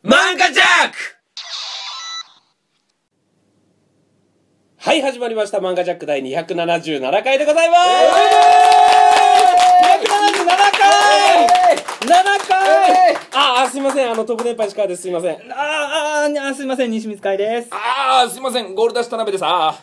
漫画ジャック。 はい、始まりました漫画ジャック第277回でございます。277回7回すいません、飛ぶ電波石川です。すいません。 すいません、西光海です。 すいません、ゴールダッシュ田辺です。 はい、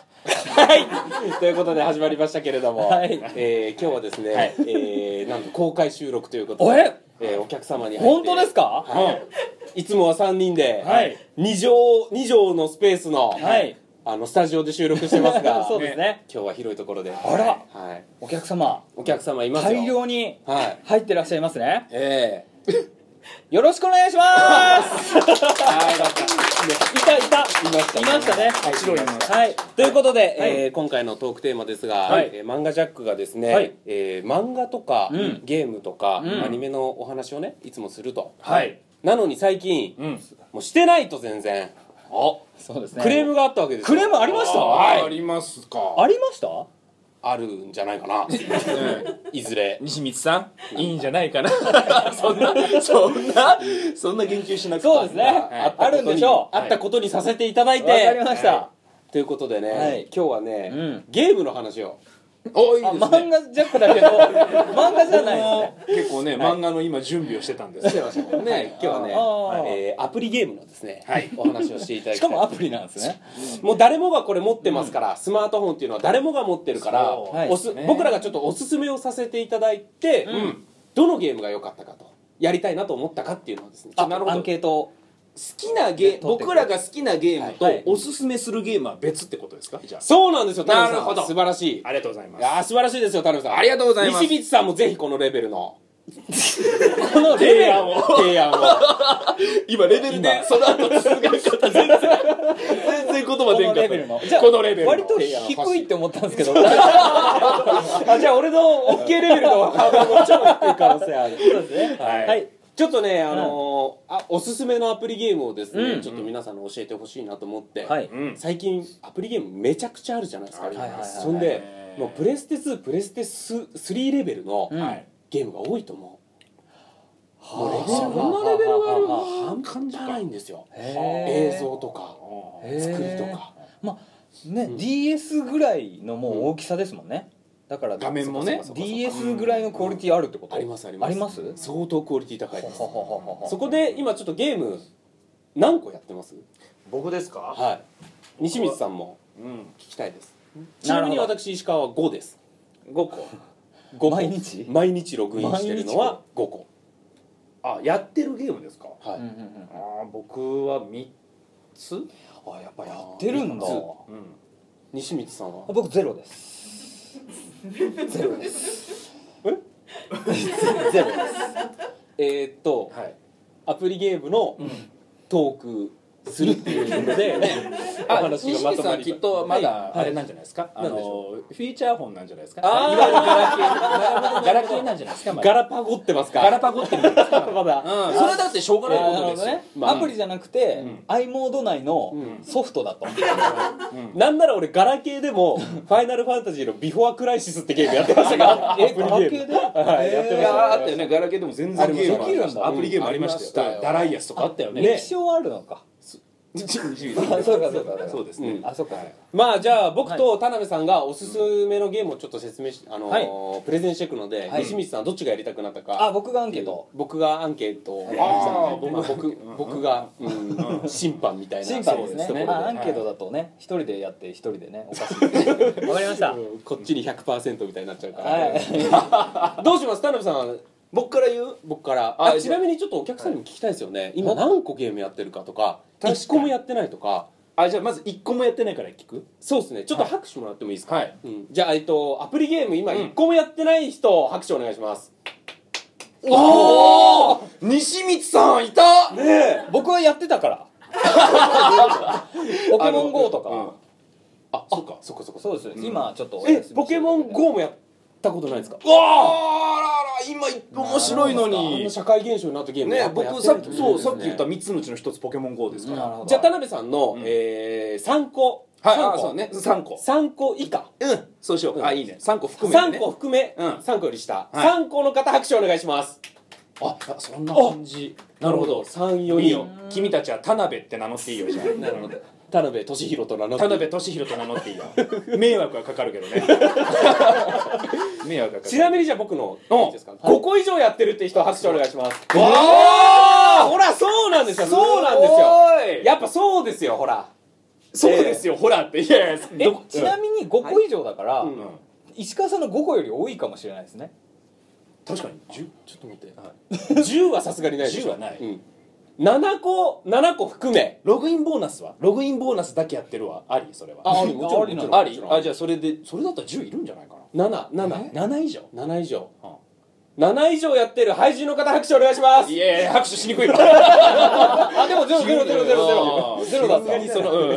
ということで始まりましたけれども、 はい今日はですね、なんと公開収録ということで、お客様に入って本当ですか？ いつもは3人で、 はい 2畳のスペースの、 はいスタジオで収録してますがそうですね。 今日は広いところで、 あらはい、 お客様お客様いますよ。 大量にはい入ってらっしゃいますね。 よろしくお願いします。はい、いましたね。 はいはい、ということで、 はい今回のトークテーマですが、 はい漫画ジャックがですね、 はい漫画とか、 うんゲームとか、 うんアニメのお話をねいつもすると、 はいなのに最近、もうしてないと全然そうですね。 クレームがあったわけですよ。 クレームありました？ ありますか。 ありました？ あるんじゃないかな。いずれ西光さん、いいんじゃないかな。そんな言及しなくて。 そうですね。あるんでしょう。 あったことにさせていただいて、 わかりました。 ということでね、 はい今日はね、 うんゲームの話を。 お、いいですね。 漫画ジャックだけど漫画じゃないですね。 結構ね、漫画の今準備をしてたんです。 してましたけどね、今日はね、アプリゲームのですね、お話をしていただきたい。 しかもアプリなんですね。 もう誰もがこれ持ってますから、スマートフォンっていうのは誰もが持ってるから、 そうはい僕らがちょっとおすすめをさせていただいて、どのゲームが良かったかと、やりたいなと思ったかっていうのをですね、 アンケート。 好きな僕らが好きなゲームとはいおすすめするゲームは別ってことですか？じゃあ。 そうなんですよ、田辺さん。 なるほど素晴らしい。 ありがとうございまいやー素晴らしいですよ、田辺さん。 ありがとうございます西光さんもぜひこのレベルのこのレベル提案を。 今レベルでその後続か方全然言葉出んかった。 このレベルの。じゃあこのレベルの割と低いって思ったんですけど。 じゃあ俺の OK レベルのハードルも超低い可能性ある。 そうですね。 はいはい。 ちょっとね、おすすめのアプリゲームをですね、 うんちょっと皆さんに教えてほしいなと思って、 はい。 最近アプリゲームめちゃくちゃあるじゃないですか。 ありますそんで、もうプレステ2、プレステ3レベルのうんはいゲームが多いと思う。もうはあレベル、こんなレベルがあるの半端ないんですよ。映像とか、作りとか。 まあね、DS ぐらいのもう大きさですもんね。だから画面もねそうかそうか DS ぐらいのクオリティあるってこと？ ありますあります。 あります？ 相当クオリティ高いです。 ははははそこで今ちょっとゲーム何個やってます？ 僕ですか？ はい。西光さんもうん。 聞きたいです。ちなみに私石川は5です。 5個。 5個毎日毎日ログインしてるのは5個。 あ、やってるゲームですか？ はい。 僕は3つ。 あ、やっぱやってるんだ。 三つうん。 西光さんは僕ゼロです。ゼロです。 えゼロです。 はい。 アプリゲームのトークするっていうのでお話が西光さんまとまりきっとまだあれなんじゃないですか？ なんでしフィーチャーフォンなんじゃないですか？ あーいわゆるガラケーなんじゃないですか？まだガラパゴってますか？ ガラパゴってるんじゃないですか？ まだうん。それだってしょうがないことですよ。 まあアプリじゃなくて i モード内のソフトだと。 なんなら俺ガラケーでもファイナルファンタジーのビフォアクライシスってゲームやってましたからアプリゲームガラケーで？ はいやってましたいやあったよね。ガラケーでも全然ゲームありました。 できるんだアプリゲームありましたよ。ダライアスとかあったよね。 歴史はあるのか。 西光あ、そうかそうか。 そうですね。 あ、そうか。 まあじゃあ僕と田辺さんがおすすめのゲームをちょっと説明しプレゼンしていくので、 はい西光さんはどっちがやりたくなったか。 あ、僕がアンケート。 僕がアンケートをやりましたね。僕が審判みたいな。 審判ですね。 そういうところでまあアンケートだとね、一人でやって一人でね、おかしい。わかりました。 こっちに 100% みたいになっちゃうから。 はい。 どうします田辺さん。 僕から言う？ 僕からちなみにちょっとお客さんにも聞きたいですよね。今何個ゲームやってるかとか、1個もやってないとか。 じゃあまず1個もやってないから聞く？ そうですね。ちょっと拍手もらってもいいですか？ はい。 じゃあアプリゲーム今1個もやってない人拍手お願いします。 おお、西光さんいた。 ねえ。 僕はやってたから。ポケモン GO とか。 あ、そうか。 そこそこ。 そうです。今ちょっとお休みしてるポケモン GO もやったことないですか？ あら今面白いのあにの社会現象になったゲームね、 やっぱや僕ってないとそうさっき言った3つのうちの1つポケモン GO ですから。 なるほど。 じゃあ田辺さんの3個はい、 3個そうね、3個。 3個以下そうしよう。 うんあ、いいね。3個含めてね。 3個含めうん 3個より下はい 3個の方拍手お願いします。 そんな感じ。なるほど。 3,4 いいよ人。 君たちは田辺って名乗っていいよ。じゃあなるほど。田辺俊弘と名乗って田辺俊弘と名乗っていいよ。迷惑はかかるけどね。迷惑はかかる。 ちなみにじゃあ僕のうんいいですか、5個以上やってるって人拍手お願いします。 わほらそうなんですよ、そうなんですよ。 よ。 やっぱそうですよ、ほら。 そうですよ、ほらって。いやいや、 ちなみに5個以上だから、 うん石川さんの5個より多いかもしれないですね。 確かに10。 ちょっと待って、10はさすがにないでしょ。 10はないうん7個含め。 ログインボーナスはログインボーナスだけやってるわ。ありそれは。 ありもちろんありなのもちろんあり。じゃあそれだったら10いるんじゃないかな。7以上。 7以上7以上やってる俳人の方拍手お願いします。 いやいや、拍手しにくいわ。 あ、でもゼロゼロゼロゼロゼロあーゼロだった。 さすがにその、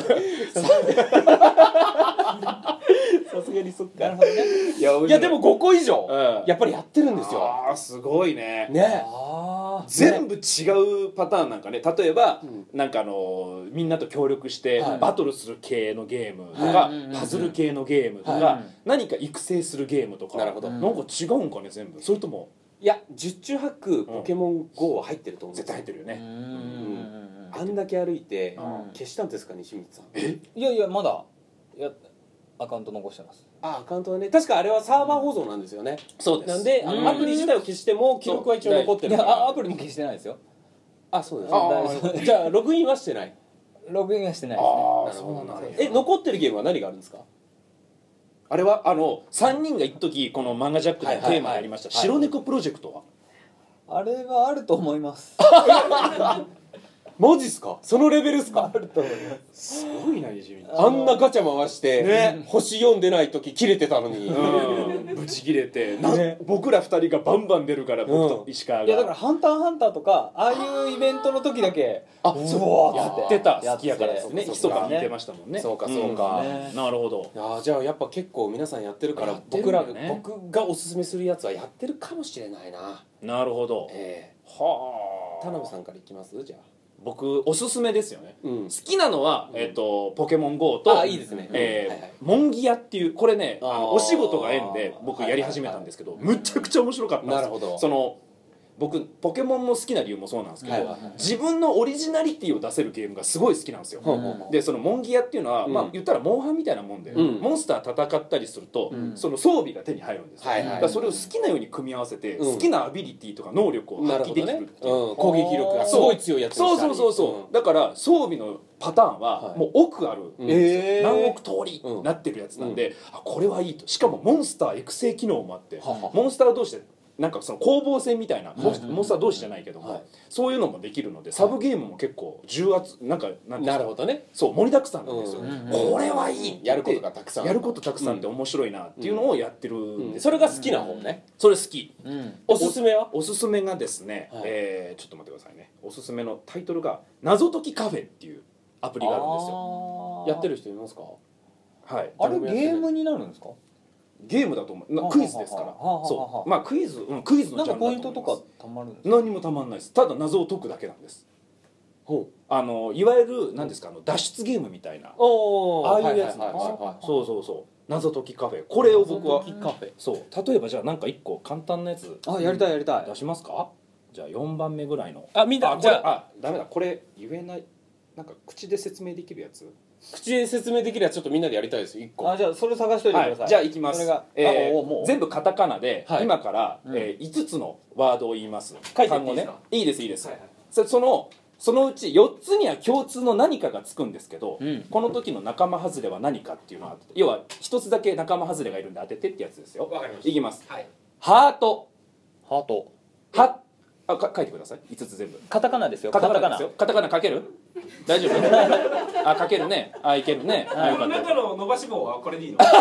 さすがにそっか。 なるほどね。 いやいやでも5個以上うんやっぱりやってるんですよ。 あーすごいね。 ね。 ああ。 全部違うパターンなんかね。例えば、 うんなんかみんなと協力してはいバトルする系のゲームとか、 はいパズル系のゲームとか、 はい何か育成するゲームとか、 なるほどなんか違うんかね全部。それともいや十中八九ポケモン GO は入ってると思うんですよ。 絶対入ってるよね。 あんだけ歩いてうん消したんですか、西光さん。 いやいやまだアカウント残してます。 あ、アカウントはね、確かあれはサーバー保存なんですよね。 そうです。 なんでうんアプリ自体を消しても記録は一応残っていやるから。 アプリも消してないですよ。 あ、そうです。 あ大丈夫じゃあログインはしてない。 ログインはしてないですね。 ああ、 なるほどそうなんや。 残ってるゲームは何があるんですか。 あれは3人が一時この漫画ジャックでテーマやりましたはいはい白猫プロジェクトは。 あれはあると思います。 マジっすか。そのレベルっすか。 あると思います。 すごいな、地味あんなガチャ回して、 ね星読んでない時切れてたのに。 ブチ切れて、 ね僕ら2人がバンバン出るから、僕と石川がいやだからハンターハンターとかああいうイベントの時だけあそうやってた好きやからですね。 そうひそかに見てましたもんね。 そうかそうかねなるほど。 じゃあやっぱ結構皆さんやってるから、 やってるんだ僕ねがおすすめするやつはやってるかもしれないな。 なるほど。はあ。 田辺さんからいきますじゃあ。 僕おすすめですよね。 うん好きなのはポケモン GO といいですね。はいはいモンギアっていうこれねあーお仕事が縁で僕やり始めたんですけど、むちゃくちゃ面白かったんですよ。 なるほどその僕ポケモンも好きな理由もそうなんですけど、 はいはいはい自分のオリジナリティを出せるゲームがすごい好きなんですよ。 うんでそのモンギアっていうのは、 うんまあ言ったらモンハンみたいなもんで、 うんモンスター戦ったりすると、 うんその装備が手に入るんですよ、 はいはいだからそれを好きなように組み合わせて、 うん好きなアビリティとか能力をなるほどね発揮できるっていう、 攻撃力がすごい強いやつにしたりそうそうそうそう、だから装備のパターンははいもう奥ある、 うん何億通りになってるやつなんで、あこれはいいと。しかもモンスター育成機能もあって、 ははモンスター同士でなんかその攻防戦みたいな、モンスター同士じゃないけども、 はいそういうのもできるのでサブゲームも結構重圧なんていうんですかなるほどね。 そう盛りだくさんなんですよ、 うんこれはいいってやることがたくさんやることたくさんって面白いなっていうのをやってるんです、 それが好きな方ね。 それ好き。 おすすめは。 おすすめがですね、 はいちょっと待ってくださいね。おすすめのタイトルが謎解きカフェっていうアプリがあるんですよ。 やってる人いますか。 はい。 あれゲームになるんですか？ ゲームだと思う。 はあクイズですから。 はあはあはあそう。まあクイズのジャンルだと思います。 なんかポイントとかたまるんですか？ 何にもたまんないです。ただ謎を解くだけなんです。 ほいわゆる何ですか脱出ゲームみたいな。 おああいうやつなんですよ。 はいそうそうそう。謎解きカフェ。これを僕は謎解きカフェ。 そう。例えばじゃあなんか一個簡単なやつあ、やりたいやりたい出。しますか？じゃあ4番目ぐらいの。 あ、みんなあ、じゃじゃああダメだ。これ言えない。なんか口で説明できるやつ。 口で説明できるやつちょっとみんなでやりたいです。一個。 あ、じゃあそれ探しといてください。 じゃあいきます。 それがもう全部カタカナで、 はい今から、 うん 5つのワードを言います。 書いてっていい単語ですか？ いいですいいです。 はいはいそのうち4つには共通の何かがつくんですけど、 うんこの時の仲間外れは何かっていうのは要は1つだけ仲間外れがいるんで当ててってやつですよ。 わかりましたいきます。 はい。 ハート、 ハート。 は書いてください。5つ全部。 カタカナですよ。 カタカナですよ。カタカナ書ける？大丈夫？あ、書けるね。あ、いけるね。あ、よかった。 中の伸ばし棒はこれでいいの？ そう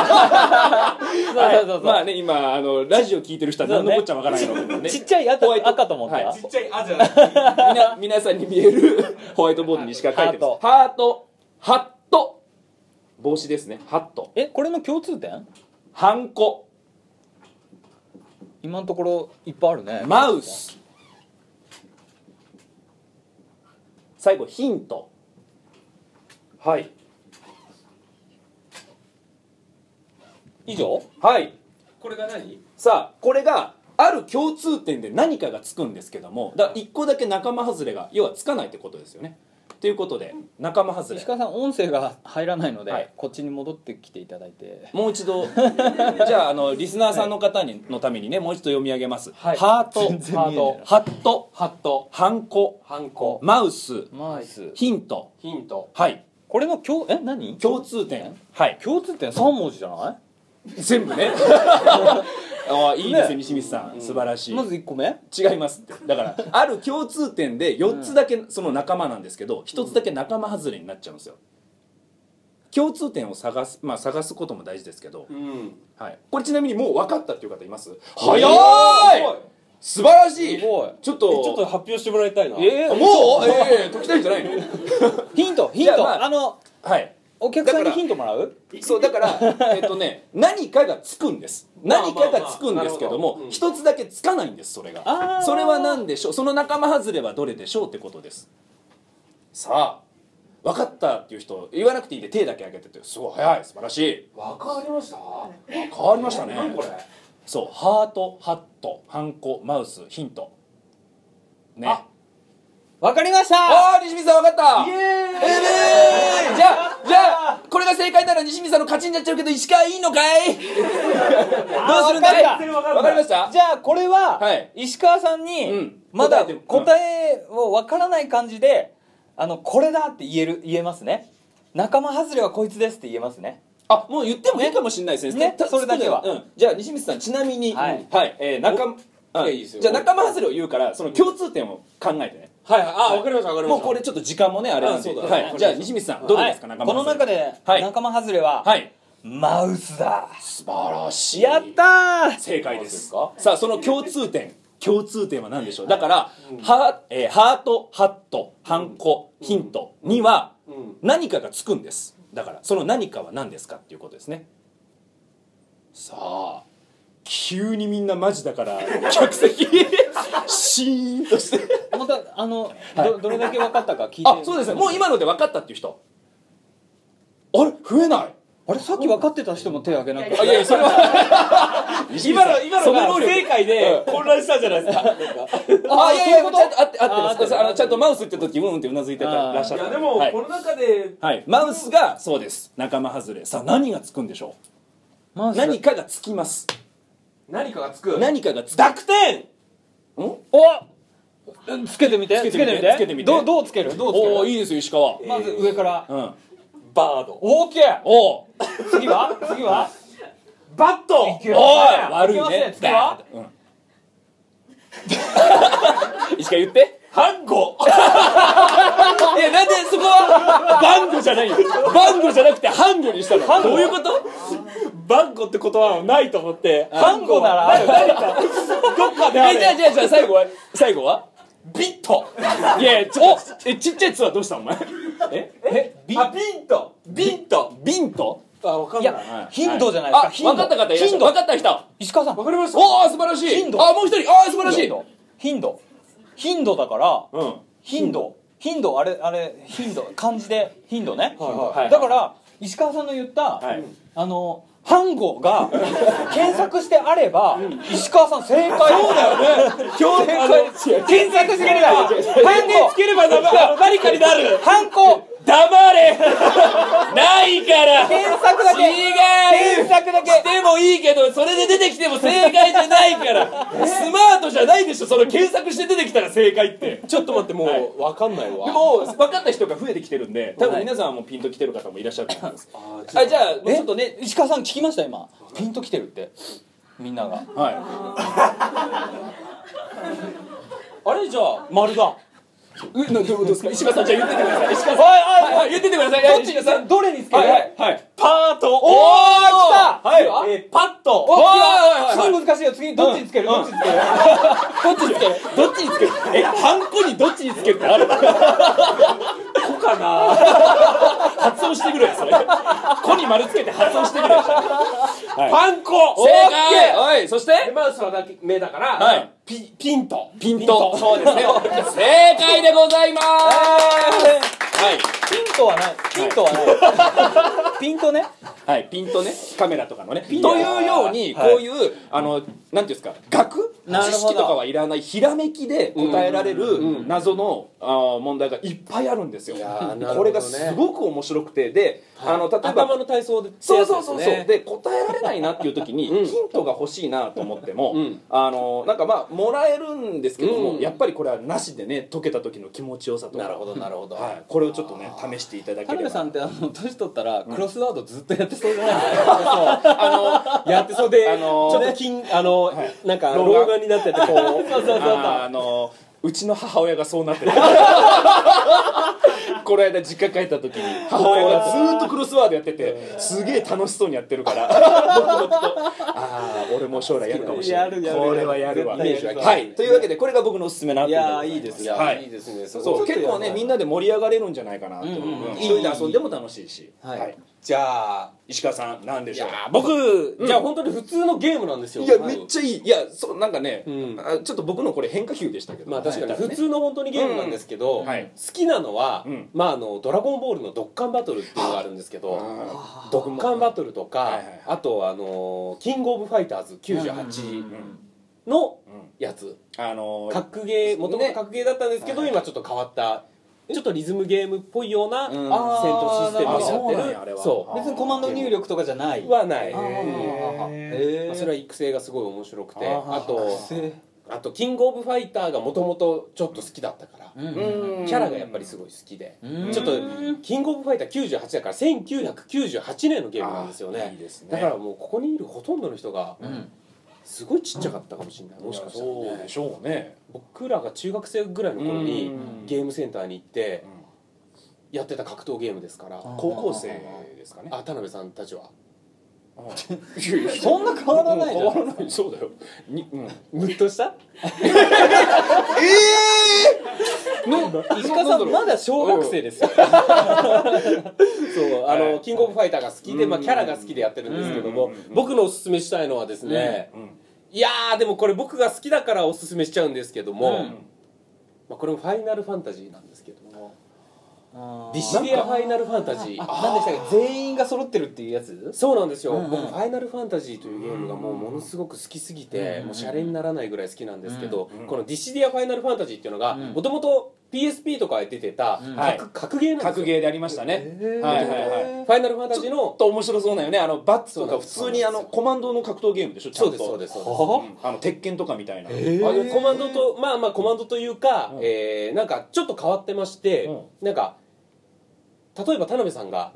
そうそう。 まあね今ラジオ聞いてる人は何のこっちゃわからないのでね。 ちっちゃい赤ホワイト赤と思った。 はいちっちゃいあじゃない。 皆さんに見えるホワイトボードにしか書いてない。ハート、ハット、帽子ですね。ハット、 これの共通点？ ハンコ、 今のところいっぱいあるね。 マウス、最後ヒント。はい以上？ はい。 これが何？ さあこれがある共通点で何かがつくんですけども、だから1個だけ仲間外れが要はつかないってことですよね。ということで仲間外れ、 石川さん音声が入らないので、 はいこっちに戻ってきていただいて。 もう一度じゃあリスナーさんの方のためにね、もう一度読み上げます、 はいハート、 全然見えないハット、 ハット、 ハンコ、 ハンコ、 マウス、 マウス、 ヒント、 ヒント。 はい、 これの何共通点、はい、 共通点3文字じゃない？ 全部ねあ、いいですね、西光さん、素晴らしい。 まず1個目、 違いますって。だからある共通点で4つだけその仲間なんですけど、1つだけ仲間外れになっちゃうんですよ。共通点を探す、探すことも大事ですけど、はい、これちなみにもう分かったっていう方います？早い、素晴らしい。 すごい。 ちょっと発表してもらいたいな。 もう解きたいんじゃないの？ ヒントじゃあはい、 お客さんにヒントもらう？ そうだから何かがつくんです。何かがつくんですけども、一つだけつかないんです。それが、それは何でしょう？その仲間外れはどれでしょうってことです。さあ分かったっていう人言わなくていいんで手だけ挙げてて、すごい早い、素晴らしい。 わかりました。 変わりましたね。 何これ？ そう、ハート、ハット、ハンコ、マウス、ヒントね。 わかりました。 西見さん分かった。 イエーイ。 じゃあこれが正解なら西見さんの勝ちになっちゃうけど、石川いいのかい？どうするんだい？分かりました。 じゃあこれは、 はい石川さんに、 うんまだ答えて答えをわからない感じで、これだって言えますね。仲間外れはこいつですって言えますね。 あ、もう言ってもいいかもしれないですね。 それだけは。 じゃあ西光さん、ちなみに、 はい、 いいですよ。 じゃあ仲間外れを言うから、その共通点を考えてね。 はいはい。わかりましたわかりました。 もうこれちょっと時間もねあれなんで、 そうだはい。じゃあ西光さん、どうですか、仲間こ外れ。 の中ではい仲間外れは、 はい。 マウスだ。 素晴らしい。 やったー。 正解ですか。 さあその共通点は何でしょう。だからハート、ハット、ハンコ、ヒントには何かがつくんです。だからその何かは何ですかっていうことですね。さあ急にみんなマジだから客席シーンとしてまたどれだけ分かったか聞いて。 あ、そうですね。もう今ので分かったっていう人、あれ増えない。 あれさっき分かってた人も手挙げなくて。 いやそれは今のがその能力正解で混乱したじゃないですか。 いやちゃんと合ってます。ちゃんとマウスって時ってうなずいてらっしゃった。 いやでも、 はいこの中ではい、マウスがそうです。仲間外れ。さあ何がつくんでしょマウスう。何かがつきます。 何かがつく。 何かがつく。 濁点。 ん？ つけてみて。 つけてみてどうつける？ おお、いいですよ石川。 まず上から。 うん。 バード。 オーケー。 おお。 次はバット。 おい悪いね。 次はうん石川言って。 ハンゴ。 いやなんでそこはバンゴじゃないよ。バンゴじゃなくてハンゴにしたの。どういうこと？ バンゴって言葉はないと思って。 ハンゴならある。 何かどっかである。 じゃあ最後はビット。 いやちっちゃい「つ」はどうしたお前。 ビント。 ビント。 わかんない。 いや頻度じゃないですか。 分かった方いらっしゃる。分かった人。 石川さん。 わかりました。 おお素晴らしい。 頻度あもう一人。あ素晴らしい。 頻度だからうん。 頻度あれ頻度漢字で頻度ね。 はいだから石川さんの言ったはい。 ハンゴが検索してあれば石川さん正解。そうだよね。検索してればハンゴつければ何かになる。 ハンコ黙れ。ないから。 検索だけ違う。 検索だけしてもいいけどそれで出てきても正解じゃないからスマートじゃないでしょ。その検索して出てきたら正解って。 ちょっと待って、もうわかんないわ。 もう分かった人が増えてきてるんで、多分皆さんはもうピンときてる方もいらっしゃると思います。じゃあもうちょっとね。 石川さん聞きました今ピンときてるってみんなが。 はあれじゃあ丸だ。 い。どういうことですか。石川さんじゃあ言っててください。石川さん。 はい言っててください。 どっち石川さん。 どれにつける？ はい。 パート。 おー来た。 はい。 パット。 おはい次難しいよ。次どっちにつける？どっちにつける？ どっちにつける？ハンコにどっちにつけるってある？ こかな。 発音してくれよそれ。コに丸つけて発音してくれよ。 パンコ。 正解。はい。そしてマウスは目だから。 はいピント。 ピント。そうですね。正解でございます。はい。 トはないピントはないピントねはいピントねカメラとかのねとンいうようにこういうなんていうんですか学なるほど知識とかはいらないひらめきで答えられる謎の問題がいっぱいあるんですよ。これがすごく面白くてで例えば頭の体操でそうで答えられないなっていう時にヒントが欲しいなと思ってもなんかまあもらえるんですけどもやっぱりこれはなしでね解けた時の気持ちよさとかなるほどなるほど、 はい、これをちょっとね試していただければ。 田辺さんって年取ったらクロスワードずっとやってそうじゃないですかやってそうで、ちょっとなんか老眼になっててこううちの母親がそうなってるこの間実家帰った時に母親がずーっとクロスワードやっててすげえ楽しそうにやってるから黙々と俺も将来やるかもしれないこれはやるわ。はいというわけでこれが僕のおすすめなアプリでございます。 いいですはいいいですね。 そう結構ねみんなで盛り上がれるんじゃないかなと思う。一人で遊んでも楽しいし。はいじゃあ石川さんなんでしょう。 僕じゃあ本当に普通のゲームなんですよ。 いやめっちゃいい。いやなんかねちょっと僕のこれ変化球でしたけどまあ確かに普通の本当にゲームなんですけど好きなのはドラゴンボールのドッカンバトルっていうのがあるんですけどドッカンバトルとかあとキングオブファイターズ98のやつ格ゲーもともと格ゲーだったんですけど今ちょっと変わったちょっとリズムゲームっぽいような戦闘システムをやってるそう別にコマンド入力とかじゃないはないそれは育成がすごい面白くてあとキングオブファイターがもともとちょっと好きだったからキャラがやっぱりすごい好きでちょっとキングオブファイター98だから1998年のゲームなんですよね。だからもうここにいるほとんどの人がすごいちっちゃかったかもしれない。もしかしたらねそうでしょうね。 僕らが中学生ぐらいの頃にゲームセンターに行ってやってた格闘ゲームですから。 高校生ですかね。 田辺さんたちはそんな変わらないじゃん。 変わらない。そうだよ。 ムッとした石川さんまだ小学生ですよ。 そうキングオブファイターが好きでキャラが好きでやってるんですけども僕のおすすめしたいのはですねいやーでもこれ僕が好きだからおすすめしちゃうんですけどもこれもファイナルファンタジーなんですけどもディシディアファイナルファンタジー何でしたっけ全員が揃ってるっていうやつ。 そうなんですよ僕ファイナルファンタジーというゲームがもうものすごく好きすぎてもうシャレにならないぐらい好きなんですけどこのディシディアファイナルファンタジーっていうのがもともと PSP とかで出てた格ゲーなんですよ。 格ゲーでありましたね。はいはいはい。 ファイナルファンタジーのちょっと面白そうなよね。バッツとか普通にコマンドの格闘ゲームでしょ。 そうですそうですそうです。 鉄拳とかみたいな。 コマンドとコマンドというかなんかちょっと変わってましてなんか例えば田辺さんが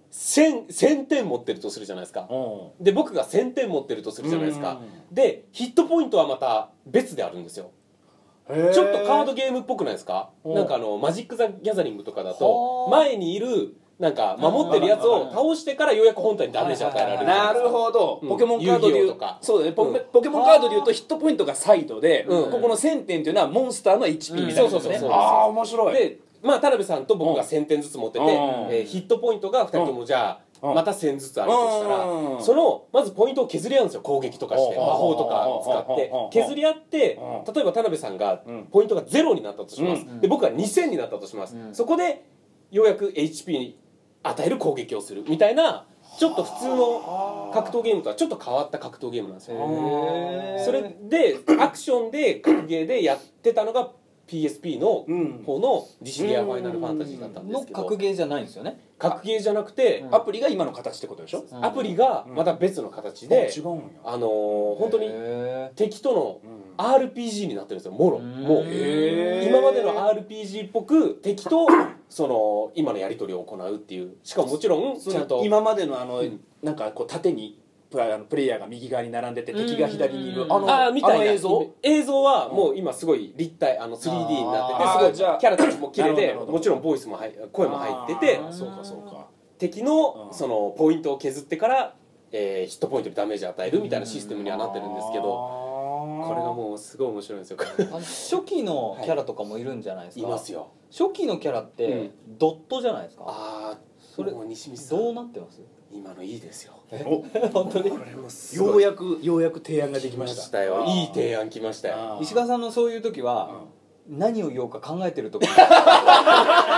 1000点持ってるとするじゃないですか。で僕が1000点持ってるとするじゃないですか。でヒットポイントはまた別であるんですよ。ちょっとカードゲームっぽくないですか。なんかマジック・ザ・ギャザリングとかだと前にいるなんか守ってるやつを倒してからようやく本体にダメージ与えられる。 なるほど。ポケモンカードでいうとそうだね。ポケモンカードでいうとヒットポイントがサイドでここの1000点というのはモンスターの HP みたいなですね。ああ面白い。 で田辺さんと僕が1000点ずつ持っててヒットポイントが2人ともじゃあまた1000ずつあるとしたらそのまずポイントを削り合うんですよ。攻撃とかして魔法とか使って削り合って例えば田辺さんがポイントが0になったとします。で僕が2000になったとします。そこでようやく HP に与える攻撃をするみたいなちょっと普通の格闘ゲームとはちょっと変わった格闘ゲームなんですよ。それでアクションで格ゲーでやってたのがPSP の方のディシディアファイナルファンタジーだったんですけどの格ゲーじゃないんですよね。 格ゲーじゃなくてアプリが今の形ってことでしょ。 アプリがまた別の形で違うんや。 本当に敵との RPG になってるんですよ。もう今までの RPG っぽく敵と今のやり取りを行うっていう。しかももちろんちゃんと今までのなんかこう縦にプレイヤーが右側に並んでて敵が左にいるみたいな映像はもう今すごい立体3D になっててすごいキャラたちも綺麗でもちろんボイスも声も入ってて敵のポイントを削ってからヒットポイントにダメージ与えるみたいなシステムにはなってるんですけどこれがもうすごい面白いんですよ。 初期のキャラとかもいるんじゃないですか。 いますよ。 初期のキャラってドットじゃないですか。 それ西光さんどうなってます？ 今のいいですよ。 本当にこれもようやく提案ができましたよ。いい提案来ましたよ。 石川さんのそういう時は何を言おうか考えてる時。 知ら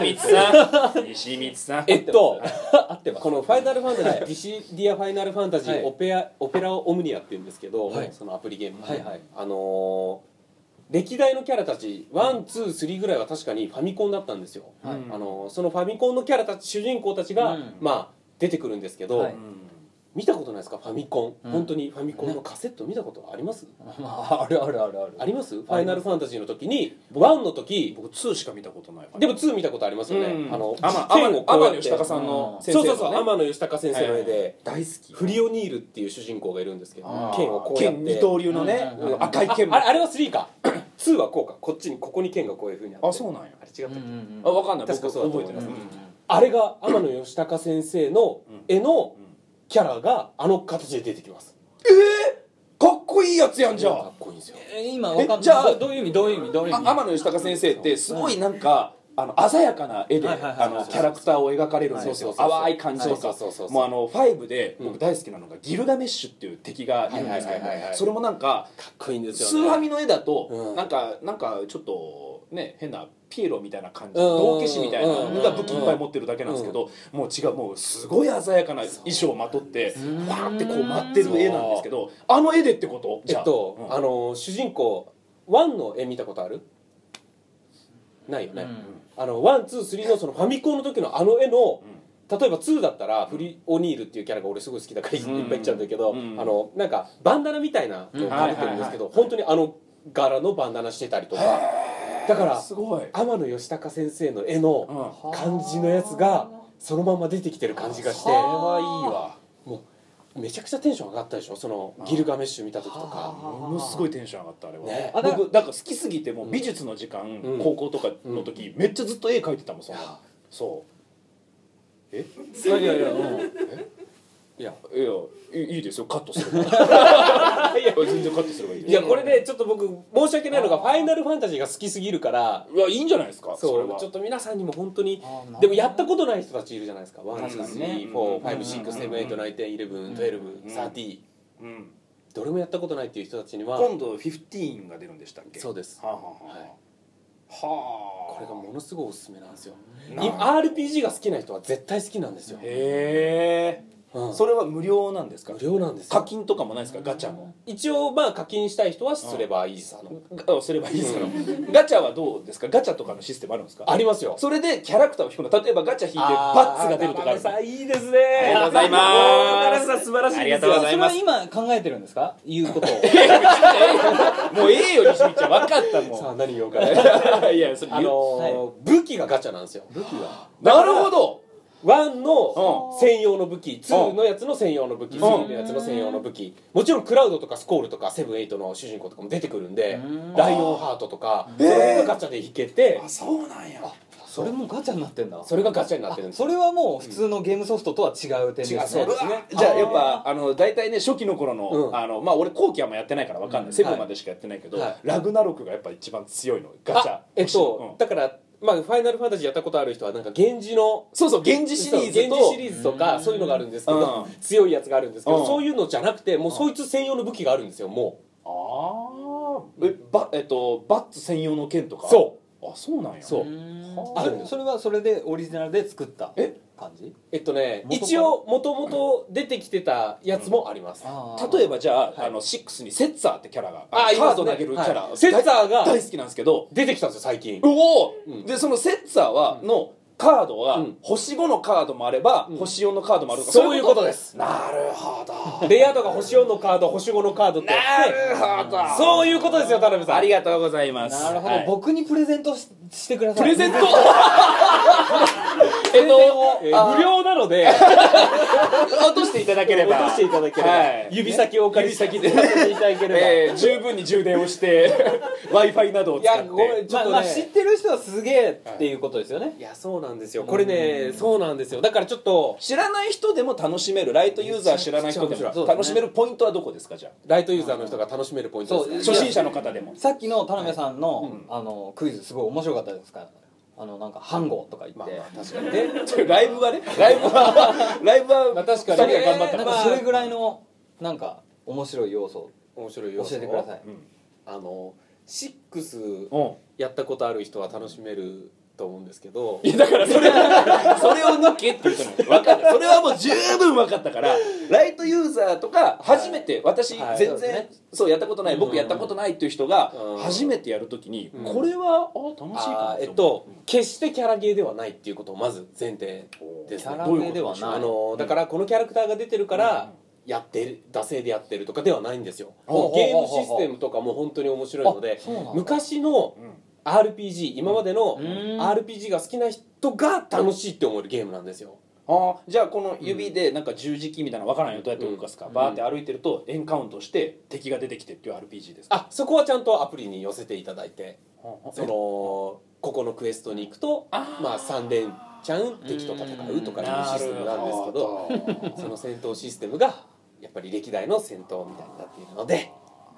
光さん西光さん合ってますこのファイナルファンタジー、ディシディアファイナルファンタジー、 はいオペラオムニアっていうんですけど、 はいそのアプリゲーム、 はいはい歴代のキャラたち1、2、3ぐらいは確かにファミコンだったんですよ、 はいそのファミコンのキャラたち主人公たちが、 うんまあ出てくるんですけど、 はい見たことないですかファミコン、 うん本当にファミコンのカセット見たことあります、 あるあるあるあるありますファイナルファンタジーの時に1の時僕2しか見たことないでも2見たことありますよね、 うん剣を天こうやって野義高さんの先そうそうそう生のね天野義高先生の絵で、 大好きフリオニールっていう主人公がいるんですけどあー剣をこうやって剣二刀流のねうんうんうん赤い剣あれは3か2はこうかこっちにここに剣がこういう風にあってあそうなんやあれ違ったっけ、 あ分かんない確か僕そうだと思いま覚えてますすあれが天野義高先生の絵のキャラがあの形で出てきますかっこいいやつやんじゃかあっこいいんですよ今わかんないじゃあどういう意味どういう意味どういう意味天野義高先生ってすごいなんか鮮やかな絵ではいはいはいキャラクターを描かれるんですよそうそうそう淡い感じとかそうそうそうそうもう5でうん僕大好きなのがギルガメッシュっていう敵がいるんですけどはいはいはいはいそれもなんかかっこいいんですよスーファミの絵だとうんなんかちょっとね変なピエロみたいな感じうん道化師みたいなうんのが武器いっぱい持ってるだけなんですけどもう違うもうすごい鮮やかな衣装をまとってんわーってこう舞ってる絵なんですけどあの絵でってことじゃあうん主人公1の絵見たことあるないよね、 うんワンツースリーのそのファミコンの時のあの絵の、例えば2だったらフリオニールっていうキャラが俺すごい好きだからいっぱい言っちゃうんだけど、 うんなんかバンダナみたいなのをかぶってるんですけど、本当にあの柄のバンダナしてたりとかだからすごい天野義高先生の絵の感じのやつがそのまま出てきてる感じがしてこれはいいわもうめちゃくちゃテンション上がったでしょそのギルガメッシュ見た時とか。 ものすごいテンション上がったあれは、 ね僕だから好きすぎてもう美術の時間、 うん高校とかの時、めっちゃずっと絵描いてたもんそんなそうえいやいやいやいやいやいいですよカットすればいや全然カットすればいいですいやこれでちょっと僕申し訳ないのがファイナルファンタジーが好きすぎるからいやいいんじゃないですかそうれはちょっと皆さんにも本当にあーでもやったことない人たちいるじゃないですか確かにね 123456789101113 うんどれもやったことないっていう人たちには今度15が出るんでしたっけそうですはあはあはあ、はあこれがものすごいおすすめなんですよな RPG が好きな人は絶対好きなんですよ、 へえうんそれは無料なんですか無料なんです課よ金とかもないですかガチャも一応まあ課金したい人はすればいいですすればいいですからガチャはどうですかガチャとかのシステムあるんですかありますよそれでキャラクターを引くの例えばガチャ引いてバッツが出るとかあるさんいいですねありがとうございます田辺さん素晴らしいですよありがとうございますそれは今考えてるんですか言うことをもうええよ西光ちゃん分かったもさあん何言おうかねいやそれ言う武器がガチャなんですよ武器がなるほど 1の専用の武器2のやつの専用の武器ん 3のやつの専用の武器もちろんクラウドとかスコールとかセブンエイトの主人公とかも出てくるんでうんライオンハートとかそれがガチャで引けてあそうなんやそれもガチャになってんだそれがガチャになってるんですそれはもう普通のゲームソフトとは違う点ですね違うそうですねじゃあやっぱ大体ね初期の頃の、 うんまあ俺後期はあんまやってないから分かんない、セブンまでしかやってないけど、 はいラグナロクがやっぱ一番強いのガチャうんだからまあファイナルファンタジーやったことある人はなんか源氏のそうそう源氏シリーズと源氏シリーズとかそういうのがあるんですけどうん強いやつがあるんですけうんどそういうのじゃなくてもうそいつ専用の武器があるんですよもあバッツ専用の剣とかうそうあそうなんやそうあるそれはそれでオリジナルで作ったえ感じ元から一応もともと出てきてたやつもあります例えばじゃあ、 はい 6にセッツァーってキャラがあカード投げるキャラ、 はいセッツァーが大好きなんですけど出てきたんですよ最近おお、 うんでそのセッツァーはのカードは、 うん星5のカードもあれば、 うん星4のカードもあるとかそういうことですなるほどレア度が星4のカード星5のカードってなやってるほどそういうことですよ田辺さんありがとうございますなるほど、 はい僕にプレゼントしてくださいプレゼント無料なので落としていただければ落としていただければ、 はい指先をお借り指先でさせていただければ、 十分に充電をして w i f i などを使っていやごめんちょっとね、 まあ知ってる人はすげえっていうことですよね、 いやそうなんですよこれねそうなんですよだからちょっと知らない人でも楽しめるライトユーザー知らない人でめちゃくちゃも楽しめるポイントはどこですかじゃライトユーザーの人が楽しめるポイントですねあ初心者の方でもさっきの田辺さんの,、 うんクイズすごい面白かったですからなんか飯盒とか言って、 まあまあ確かにねライブはねライブはまあ確かに 2人が頑張ったなんからかそれぐらいのなんか面白い要素面白い要素教えてください、 6 うんやったことある人は楽しめるとと思うんですけど、 いやだからそれを抜けって言ったの分かった。それはもう十分分かったから、ライトユーザーとか初めて、私全然そうやったことない、僕やったことないっていう人が初めてやるときにこれは楽しいかなと。 決してキャラゲーではないっていうことをまず前提ですね。 キャラゲーではない。 だからこのキャラクターが出てるからやってる、惰性でやってるとかではないんですよ。ゲームシステムとかも本当に面白いので、昔のRPG、今までの RPG が好きな人が楽しいって思えるゲームなんですよ。 じゃあこの指でなんか十字キーみたいなの分からないよどうやって動かすか、バーって歩いてるとエンカウントして敵が出てきてっていう RPG ですか？ そこはちゃんとアプリに寄せていただいて、ここのクエストに行くと3連チャン敵と戦うとかいうシステムなんですけど、その戦闘システムがやっぱり歴代の戦闘みたいになっているので、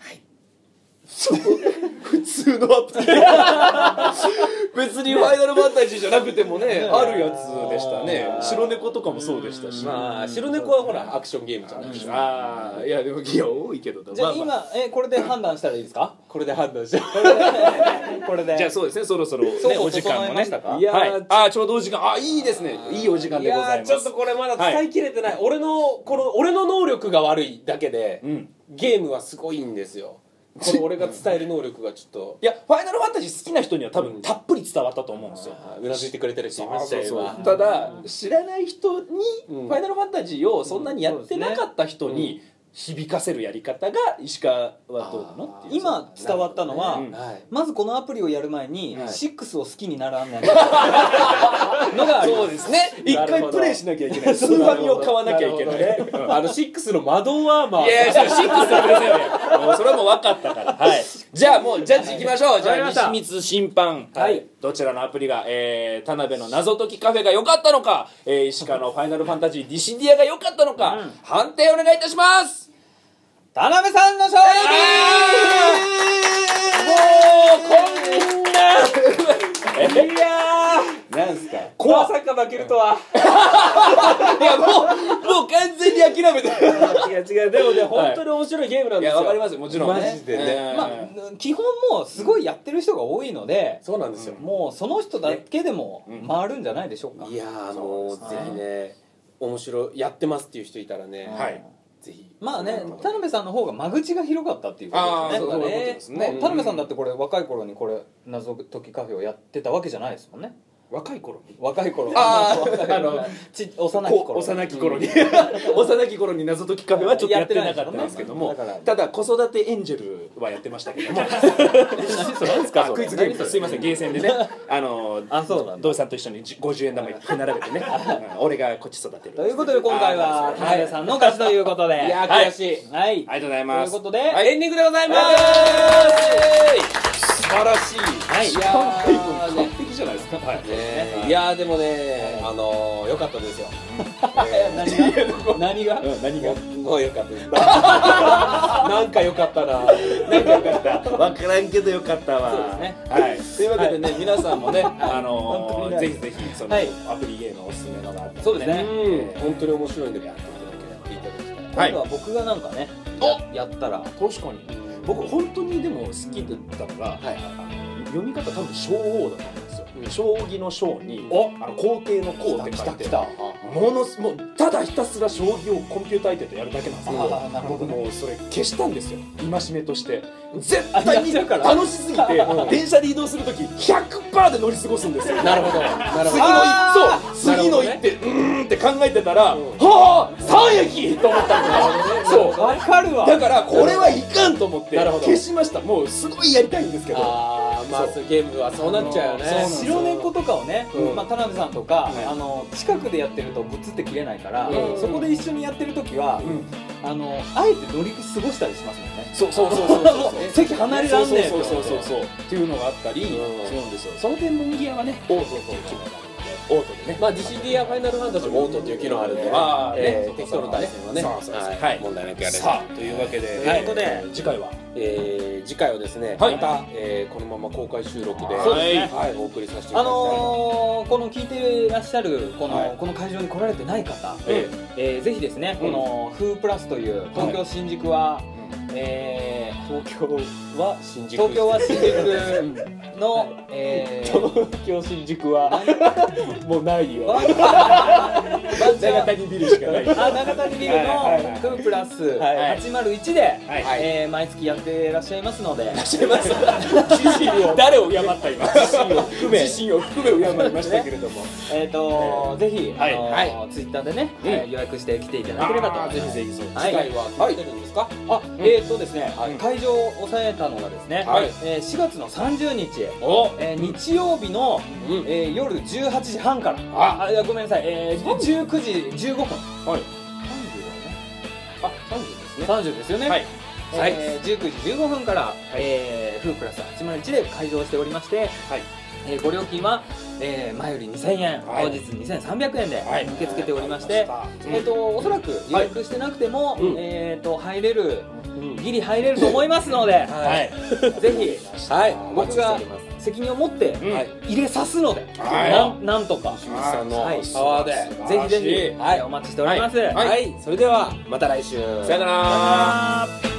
普通のアプリ別にファイナルファンタジーじゃなくてもね、あるやつでしたね。白猫とかもそうでしたし、 白猫はほらアクションゲームじゃないですか。 いやでもギア多いけど、 じゃあ今これで判断したらいいですか？ これで判断してこれでじゃあそうですね、そろそろねお時間もね、 いやちょうどお時間、いいですね、いいお時間でございます。 ちょっとこれまだ伝えきれてない。俺の能力が悪いだけでゲームはすごいんですよ。これ俺が伝える能力がちょっと、 いやファイナルファンタジー好きな人には多分たっぷり伝わったと思うんですよ。 うなずいてくれてる人いましたよ。 ただ知らない人にファイナルファンタジーをそんなにやってなかった人に響かせるやり方が石川はどうなのっていう。 今伝わったのは、まずこのアプリをやる前に6を好きにならないのがあります。 そうですね、一回プレイしなきゃいけない、スーファミを買わなきゃいけない。 6の窓はいや6はプレゼンよ、それはもう分かったから。じゃあもうジャッジいきましょう。じゃあ西光審判、どちらのアプリが田辺の謎解きカフェが良かったのか、石川のファイナルファンタジーディシディアが良かったのか、判定お願いいたします。 田辺さんの勝利。 もうこんないやなんすか、まさか負けるとは。 いやもう完全に諦めて違うでもね、本当に面白いゲームなんですよ。 わかりますよ、もちろんね。 マジでね、 基本もうすごいやってる人が多いので、 そうなんですよ。 もうその人だけでも回るんじゃないでしょうか。 いやぜひね、面白いやってますっていう人いたらね、ぜひ。 まあね、田辺さんの方が間口が広かったっていうことですね。田辺さんだってこれ若い頃にこれ謎解きカフェをやってたわけじゃないですもんね。 若い頃に幼き頃幼き頃に謎解きカフェはちょっとやってなかったんですけども、ただ子育てエンジェルはやってましたけども。何ですか、クイズゲーム、すいません、ゲーセンでね、土井さんと一緒に50円玉に並べてね、俺がこっち育てるということで、今回は田辺さんの勝ちということで、 いや悔しい。 はい、 ありがとうございます。 ということでエンディングでございます。素晴らしい。 いやー完璧じゃないですか。 いやーでもね、良かったですよ。 何がもう良かったです。なんか良かったな。 なんか良かった。分からんけど良かったわ。はい。というわけでね、皆さんもね、ぜひぜひそのアプリゲームおすすめのがあったら、 そうですね。 本当に面白いんでやっていただきたい。 今度は僕がなんかね、やったら確かに。僕本当にでも好きだったのが、読み方多分将王だと思うんですよ。将棋の将に皇帝の皇って書いて、もうただひたすら将棋をコンピューター相手とやるだけなんですけど、僕もうそれ消したんですよ、戒めとして。絶対に楽しすぎて電車で移動する時 100% で乗り過ごすんですよ。 なるほど。 次の一手って考えてたら、はあ3駅と思ったんですよ。 わかるわ。 だからこれはいかんと思って消しました。もうすごいやりたいんですけど、 まあゲームはそうなっちゃうよね。 白猫とかをね、田辺さんとか近くでやってるとぶつって切れないから、そこで一緒にやってる時はあえて乗り過ごしたりしますもんね。 そう席離れらんねえっていうのがあったりするんですよ。その点の右側はね、オートっていう機能があるので、オートでね、 まあディシディアファイナルファンタジーもオートっていう機能あるんで、敵との対戦はね問題なくやれる。 さあというわけで次回は次回はですね、またこのまま公開収録でお送りさせていただきたい。 この聞いていらっしゃるこの会場に来られてない方、ぜひですね、このフープラスという東京新宿は東京は新宿東京は新宿の東京新宿はもうないよ。 長谷ビルしかない。 長谷ビルのクープラス801ではい毎月やってらっしゃいますので、 誰を敬った今自信を含め敬いましたけれども、 ぜひはツイッターでね予約して来ていただければと思います。 ぜひぜひ。次はい回は決めてるんですか？ ですね、会場を抑えたのがですね、 はい 4月の30日、 お日曜日の夜18時半からいやごめんなさい、19時15分はい 30ですよね、 はい 19時15分からフープラス801で会場しておりまして、ご料金は前より2000円、 はい当日2300円ではい受け付けておりまして、おそらく予約してなくても、入れる、ギリ入れると思いますので、 はいぜひ、僕が責任を持って入れさすので、なんとか、 さんのはいパワーでぜひぜひ、お待ちしております。 はい、それではまた来週。 さよなら。